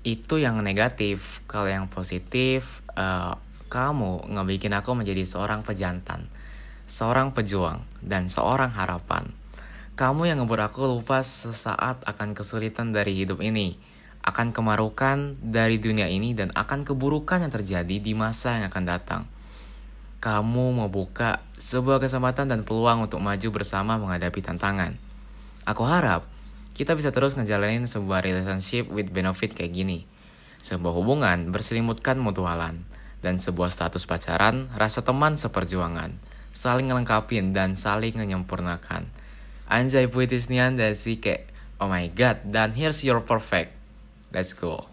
Itu yang negatif. Kalau yang positif, kamu ngebikin aku menjadi seorang pejantan, seorang pejuang, dan seorang harapan. Kamu yang ngebuat aku lupa sesaat akan kesulitan dari hidup ini, akan kemarukan dari dunia ini, dan akan keburukan yang terjadi di masa yang akan datang. Kamu membuka sebuah kesempatan dan peluang untuk maju bersama menghadapi tantangan. Aku harap kita bisa terus ngejalanin sebuah relationship with benefit kayak gini. Sebuah hubungan berselimutkan mutualan, dan sebuah status pacaran rasa teman seperjuangan, saling ngelengkapin dan saling menyempurnakan. Anjay puitis nian dan sih kayak, oh my god, dan here's your perfect. Let's go.